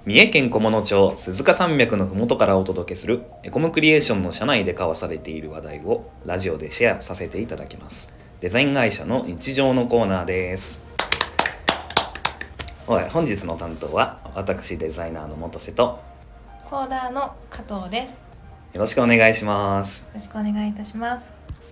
三重県菰野町鈴鹿山脈のふもとからお届けするエコムクリエーションの社内で交わされている話題をラジオでシェアさせていただきます。デザイン会社の日常のコーナーです。本日の担当は私デザイナーの元瀬とコーダーの加藤です。 よろしくお願いします。 よろしくお願いいたします。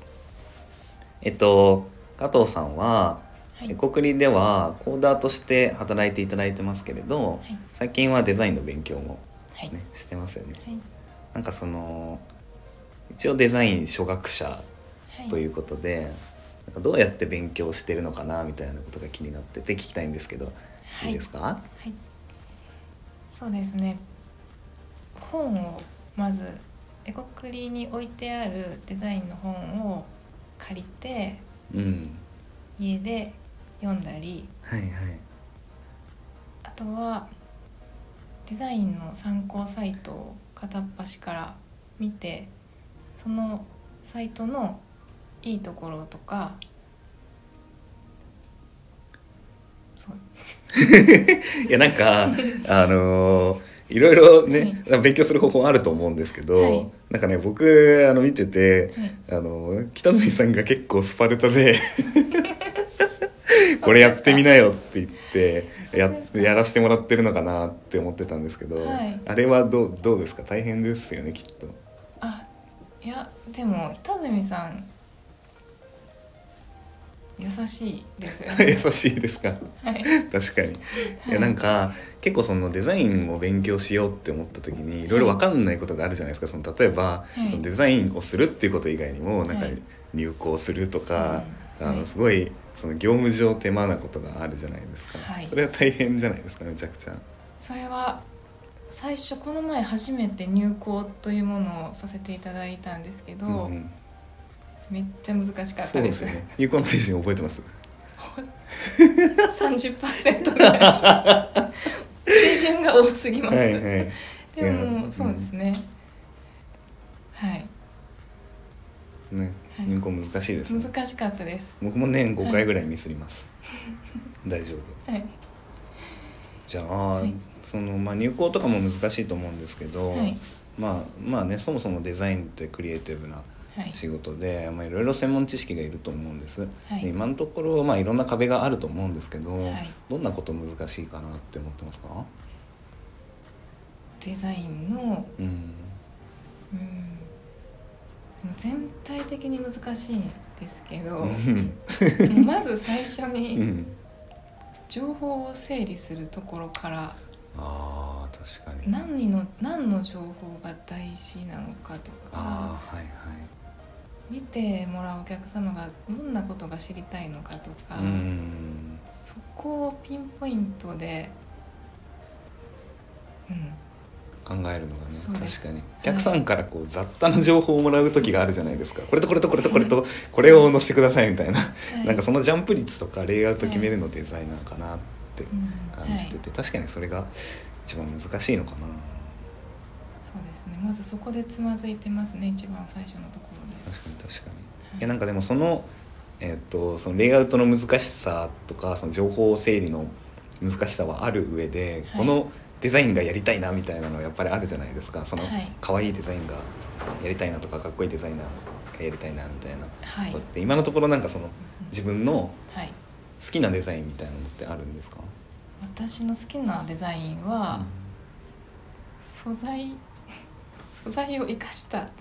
加藤さんは、エコクリではコーダーとして働いていただいてますけれど、最近はデザインの勉強も、してますよね。なんか一応デザイン初学者ということで、なんかどうやって勉強してるのかなみたいなことが気になってて聞きたいんですけど、いいですか？ そうですね。本をまずエコクリに置いてあるデザインの本を借りて、家で読んだり、あとはデザインの参考サイトを片っ端から見て、そのサイトのいいところとか、 いやなんかいろいろね、勉強する方法あると思うんですけど、なんかね僕見てて、北住さんが結構スパルタでこれやってみなよって言ってやらせてもらってるのかなって思ってたんですけど、あれはどうですか？大変ですよね、きっと。 いやでも北住さん優しいですよね。 優しいですか？確かに。いやなんか結構そのデザインを勉強しようって思った時にいろいろ分かんないことがあるじゃないですか。例えば、そのデザインをするっていうこと以外にもなんか入稿するとか、すごいその業務上手間なことがあるじゃないですか。それは大変じゃないですか？めちゃくちゃ。 それは最初この前初めて入稿というものをさせていただいたんですけど、めっちゃ難しかったです。 そうですね。入稿の手順覚えてます？ 30% ぐらい手順が多すぎます。でもそうですね。 入稿難しいですね。 難しかったです。 僕も年5回ぐらいミスります。大丈夫。じゃあ、入稿とかも難しいと思うんですけど、まあね、そもそもデザインってクリエイティブな仕事で、いろいろ専門知識がいると思うんです。で今のところ、いろんな壁があると思うんですけど、どんなこと難しいかなって思ってますか？ デザインの、全体的に難しいんですけどまず最初に情報を整理するところから、 確かに何の情報が大事なのかとか、見てもらうお客様がどんなことが知りたいのかとか、そこをピンポイントで、 考えるのがね、確かにお客さんから雑多な情報をもらう時があるじゃないですか。これとこれとこれとこれとこれを載せてくださいみたいな、なんかそのジャンプ率とかレイアウト決めるのデザイナーかなって感じてて、確かにそれが一番難しいのかな。 そうですね。まずそこでつまずいてますね、一番最初のところで。 確かに。いやなんかでもそのレイアウトの難しさとかその情報整理の難しさはある上で、このデザインがやりたいなみたいなのはやっぱりあるじゃないですか。その可愛いデザインがやりたいなとか、かっこいいデザイナーがやりたいなみたいなことって、今のところなんかその自分の好きなデザインみたいなのってあるんですか？ 私の好きなデザインは、素材を生かしたナ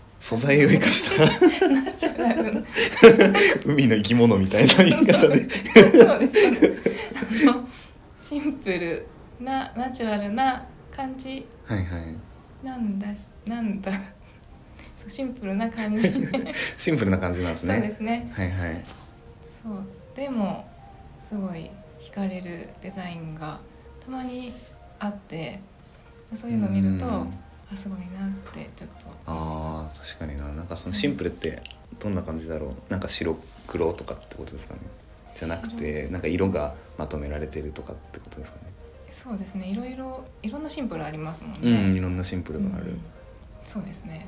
チュラルな海の生き物みたいな言い方でそうですシンプルなナチュラルな感じなんだそうシンプルな感じシンプルな感じなんですね。 そうですね。そうでもすごい惹かれるデザインがたまにあって、そういうのを見るとすごいなってちょっと。 確かにな。なんかそのシンプルってどんな感じだろう。なんか白黒とかってことですかね。じゃなくてなんか色がまとめられてるとかってことですかね。 そうですね。いろんなシンプルありますもんね。 いろんなシンプルがある。 そうですね。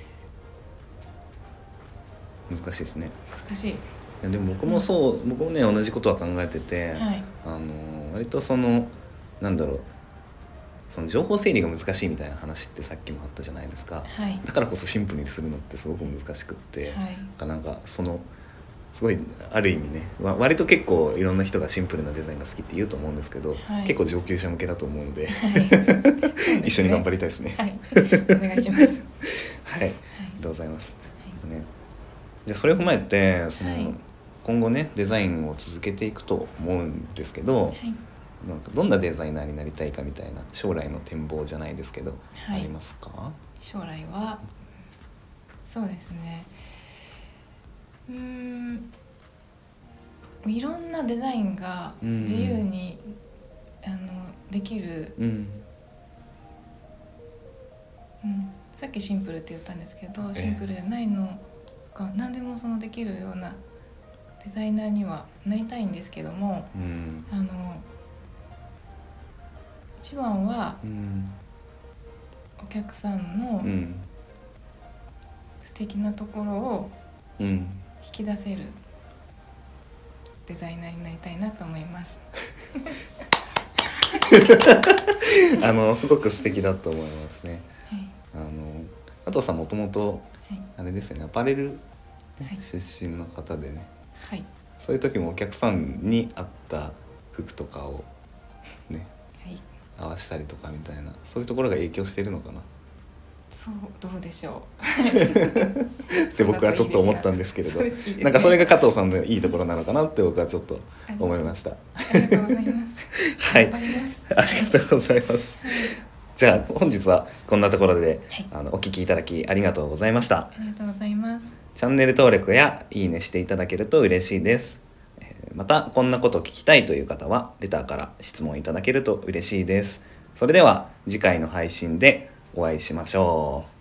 難しいですね。 難しい。 いやでも僕もね同じことは考えてて、割とそのなんだろう、 その情報整理が難しいみたいな話ってさっきもあったじゃないですか、 はい、 だからこそシンプルにするのってすごく難しくって、 はい、 なんかそのすごいある意味ね割と結構いろんな人がシンプルなデザインが好きって言うと思うんですけど、 はい、 結構上級者向けだと思うので、 はい、 一緒に頑張りたいですね。 はい、お願いします。 はい、ありがとうございます。ね、じゃあそれを踏まえて今後ねデザインを続けていくと思うんですけど、なんかどんなデザイナーになりたいかみたいな将来の展望じゃないですけど、ありますか？ 将来はそうですね、いろんなデザインが自由に、できる、さっきシンプルって言ったんですけど、シンプルじゃないのとか何でもできるようなデザイナーにはなりたいんですけども、一番は、お客さんの素敵なところを引き出せるデザイナーになりたいなと思います。 すごく素敵だと思いますね。加藤さんもともとあれですよね、アパレル、出身の方でね、そういう時もお客さんに合った服とかをね、合わしたりとかみたいな、そういうところが影響してるのかな。 そう、どうでしょうって僕はちょっと思ったんですけれど、なんかそれが加藤さんのいいところなのかなって僕はちょっと思いました。 ありがとうございますはい、ありがとうございます。じゃあ本日はこんなところで、お聞きいただきありがとうございました。 ありがとうございます。 チャンネル登録やいいねしていただけると嬉しいです。またこんなこと聞きたいという方はレターから質問いただけると嬉しいです。それでは次回の配信でお会いしましょう。